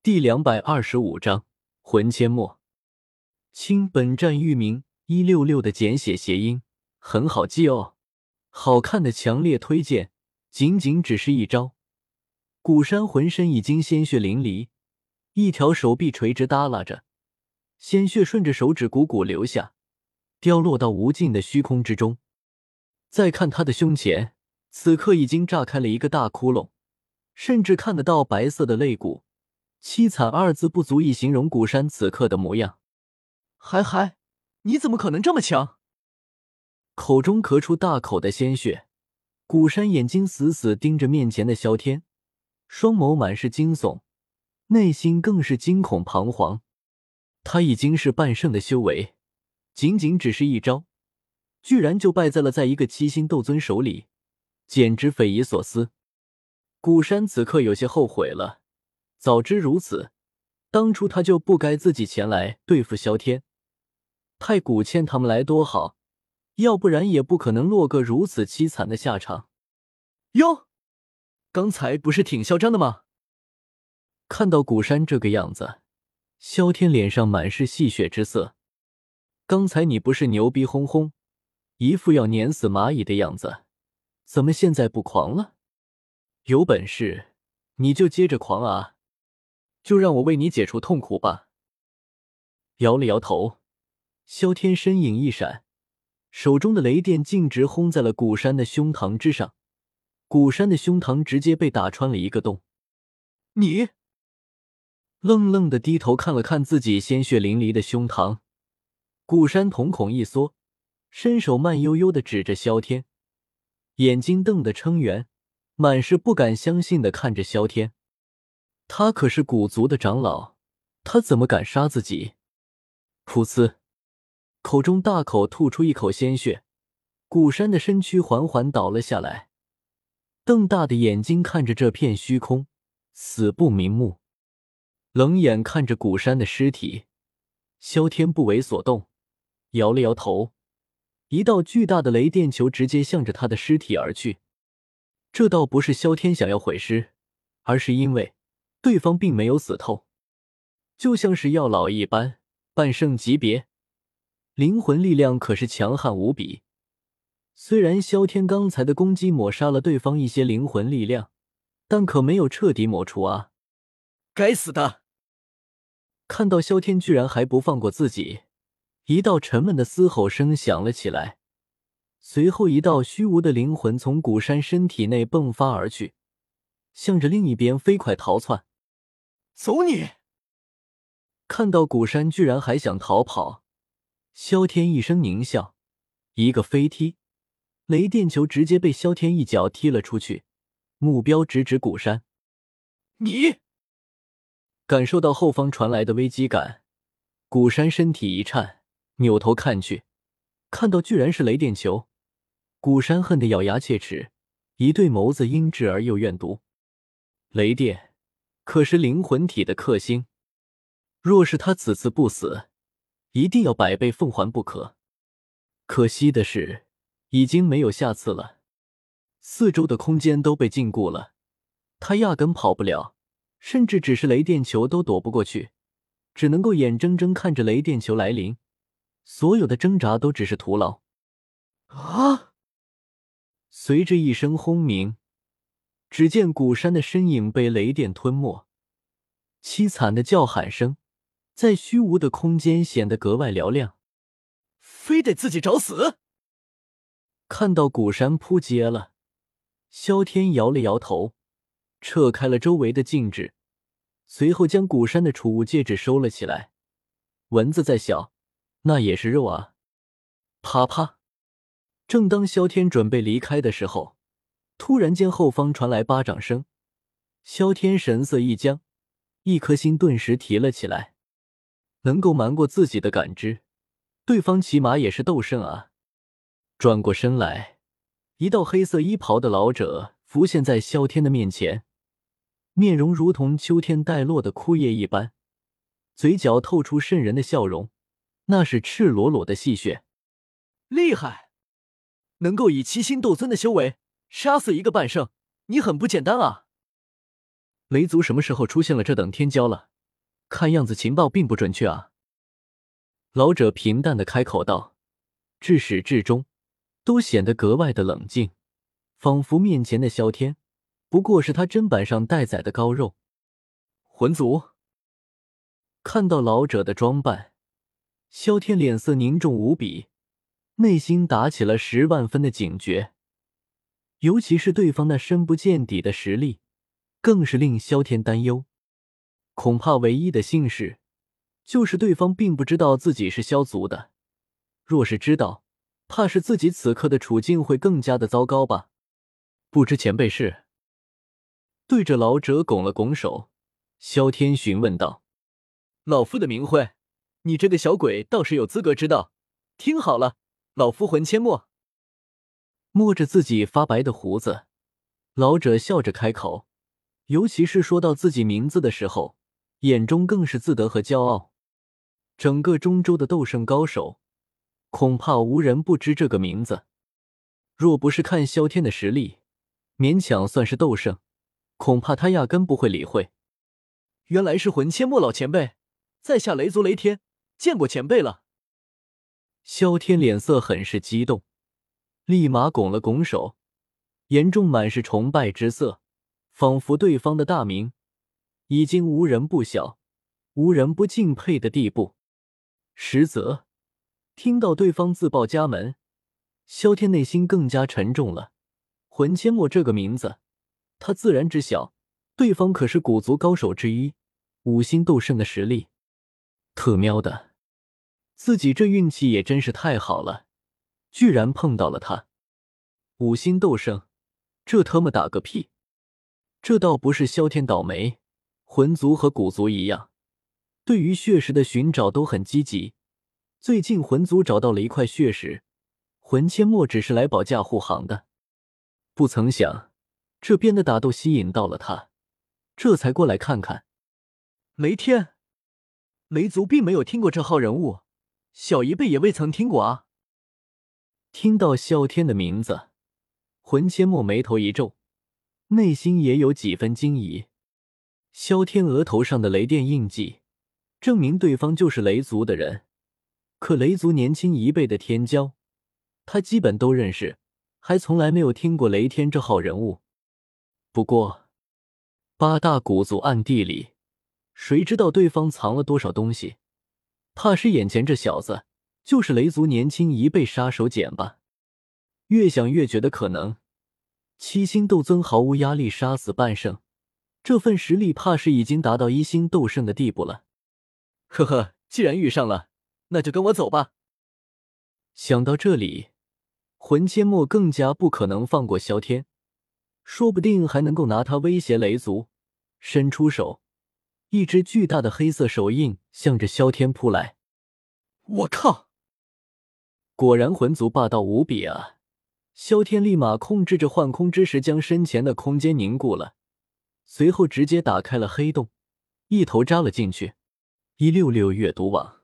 第225章魂阡陌。亲，本站域名166的简写谐音，很好记哦。好看的强烈推荐，仅仅只是一招。古山浑身已经鲜血淋漓，一条手臂垂直耷拉着，鲜血顺着手指汩汩流下，掉落到无尽的虚空之中。再看他的胸前，此刻已经炸开了一个大窟窿，甚至看得到白色的肋骨。凄惨二字不足以形容古山此刻的模样。 嗨，你怎么可能这么强？ 口中咳出大口的鲜血，古山眼睛死死盯着面前的萧天，双眸满是惊悚，内心更是惊恐彷徨。他已经是半圣的修为，仅仅只是一招，居然就败在了一个七星斗尊手里，简直匪夷所思。古山此刻有些后悔了。早知如此，当初他就不该自己前来对付萧天，派古倩他们来多好，要不然也不可能落个如此凄惨的下场。 哟，刚才不是挺嚣张的吗？ 看到古山这个样子，萧天脸上满是戏谑之色。刚才你不是牛逼哄哄，一副要碾死蚂蚁的样子，怎么现在不狂了？有本事你就接着狂啊！就让我为你解除痛苦吧。摇了摇头，萧天身影一闪，手中的雷电径直轰在了古山的胸膛之上，古山的胸膛直接被打穿了一个洞。 你愣愣地低头看了看自己鲜血淋漓的胸膛，古山瞳孔一缩，伸手慢悠悠地指着萧天，眼睛瞪得撑圆，满是不敢相信地看着萧天。他可是古族的长老，他怎么敢杀自己？噗呲，口中大口吐出一口鲜血，古山的身躯缓缓倒了下来，瞪大的眼睛看着这片虚空，死不瞑目。冷眼看着古山的尸体，萧天不为所动，摇了摇头，一道巨大的雷电球直接向着他的尸体而去。这倒不是萧天想要毁尸，而是因为对方并没有死透，就像是药老一般，半圣级别，灵魂力量可是强悍无比。虽然萧天刚才的攻击抹杀了对方一些灵魂力量，但可没有彻底抹除啊！ 该死的！ 看到萧天居然还不放过自己，一道沉闷的嘶吼声响了起来，随后一道虚无的灵魂从古山身体内迸发而去，向着另一边飞快逃窜。 走你！ 看到古山居然还想逃跑，萧天一声狞笑，一个飞踢，雷电球直接被萧天一脚踢了出去，目标直指古山。 你！ 感受到后方传来的危机感，古山身体一颤，扭头看去，看到居然是雷电球，古山恨得咬牙切齿，一对眸子阴鸷而又怨毒。雷电可是灵魂体的克星，若是他此次不死，一定要百倍奉还不可。可惜的是，已经没有下次了。四周的空间都被禁锢了，他压根跑不了，甚至只是雷电球都躲不过去，只能够眼睁睁看着雷电球来临，所有的挣扎都只是徒劳。 啊！ 随着一声轰鸣，只见古山的身影被雷电吞没，凄惨的叫喊声在虚无的空间显得格外嘹亮。 非得自己找死？ 看到古山扑街了，萧天摇了摇头，撤开了周围的禁制，随后将古山的储物戒指收了起来。蚊子再小，那也是肉啊！啪啪！正当萧天准备离开的时候，突然间后方传来巴掌声，萧天神色一僵，一颗心顿时提了起来。能够瞒过自己的感知，对方起码也是斗圣啊！转过身来，一道黑色衣袍的老者浮现在萧天的面前，面容如同秋天带落的枯叶一般，嘴角透出渗人的笑容，那是赤裸裸的戏谑。 厉害！能够以七星斗尊的修为杀死一个半圣，你很不简单啊！ 雷族什么时候出现了这等天骄了？ 看样子情报并不准确啊。 老者平淡的开口道，至始至终都显得格外的冷静，仿佛面前的萧天不过是他砧板上待宰的羔肉。 魂族。 看到老者的装扮，萧天脸色凝重无比，内心打起了10万分的警觉，尤其是对方那深不见底的实力，更是令萧天担忧。恐怕唯一的幸事就是对方并不知道自己是萧族的，若是知道，怕是自己此刻的处境会更加的糟糕吧。不知前辈是？对着老者拱了拱手，萧天询问道。 老夫的名讳，你这个小鬼倒是有资格知道。听好了，老夫魂阡陌。 摸着自己发白的胡子，老者笑着开口，尤其是说到自己名字的时候，眼中更是自得和骄傲。整个中州的斗圣高手，恐怕无人不知这个名字。若不是看萧天的实力，勉强算是斗圣，恐怕他压根不会理会。 原来是魂阡陌老前辈，在下雷族雷天，见过前辈了。 萧天脸色很是激动，立马拱了拱手，眼中满是崇拜之色，仿佛对方的大名已经无人不晓，无人不敬佩的地步。实则听到对方自报家门，萧天内心更加沉重了。魂阡陌这个名字，他自然知晓，对方可是古族高手之一，5星斗圣的实力。特喵的，自己这运气也真是太好了，居然碰到了他。5星斗圣，这他妈打个屁！这倒不是萧天倒霉，魂族和古族一样，对于血石的寻找都很积极。最近魂族找到了一块血石，魂阡陌只是来保驾护航的。不曾想，这边的打斗吸引到了他，这才过来看看。 雷天，雷族并没有听过这号人物，小一辈也未曾听过啊。 听到萧天的名字，魂阡陌眉头一皱，内心也有几分惊疑。萧天额头上的雷电印记，证明对方就是雷族的人。可雷族年轻一辈的天骄，他基本都认识，还从来没有听过雷天这号人物。不过8大古族暗地里，谁知道对方藏了多少东西？怕是眼前这小子就是雷族年轻一辈杀手锏吧。越想越觉得可能，7星斗尊毫无压力杀死半圣，这份实力怕是已经达到1星斗圣的地步了。 呵呵，既然遇上了，那就跟我走吧。 想到这里，魂阡陌更加不可能放过萧天，说不定还能够拿他威胁雷族。伸出手，一只巨大的黑色手印向着萧天扑来。 我靠！ 果然魂族霸道无比啊！萧天立马控制着幻空之石将身前的空间凝固了，随后直接打开了黑洞，一头扎了进去。166阅读网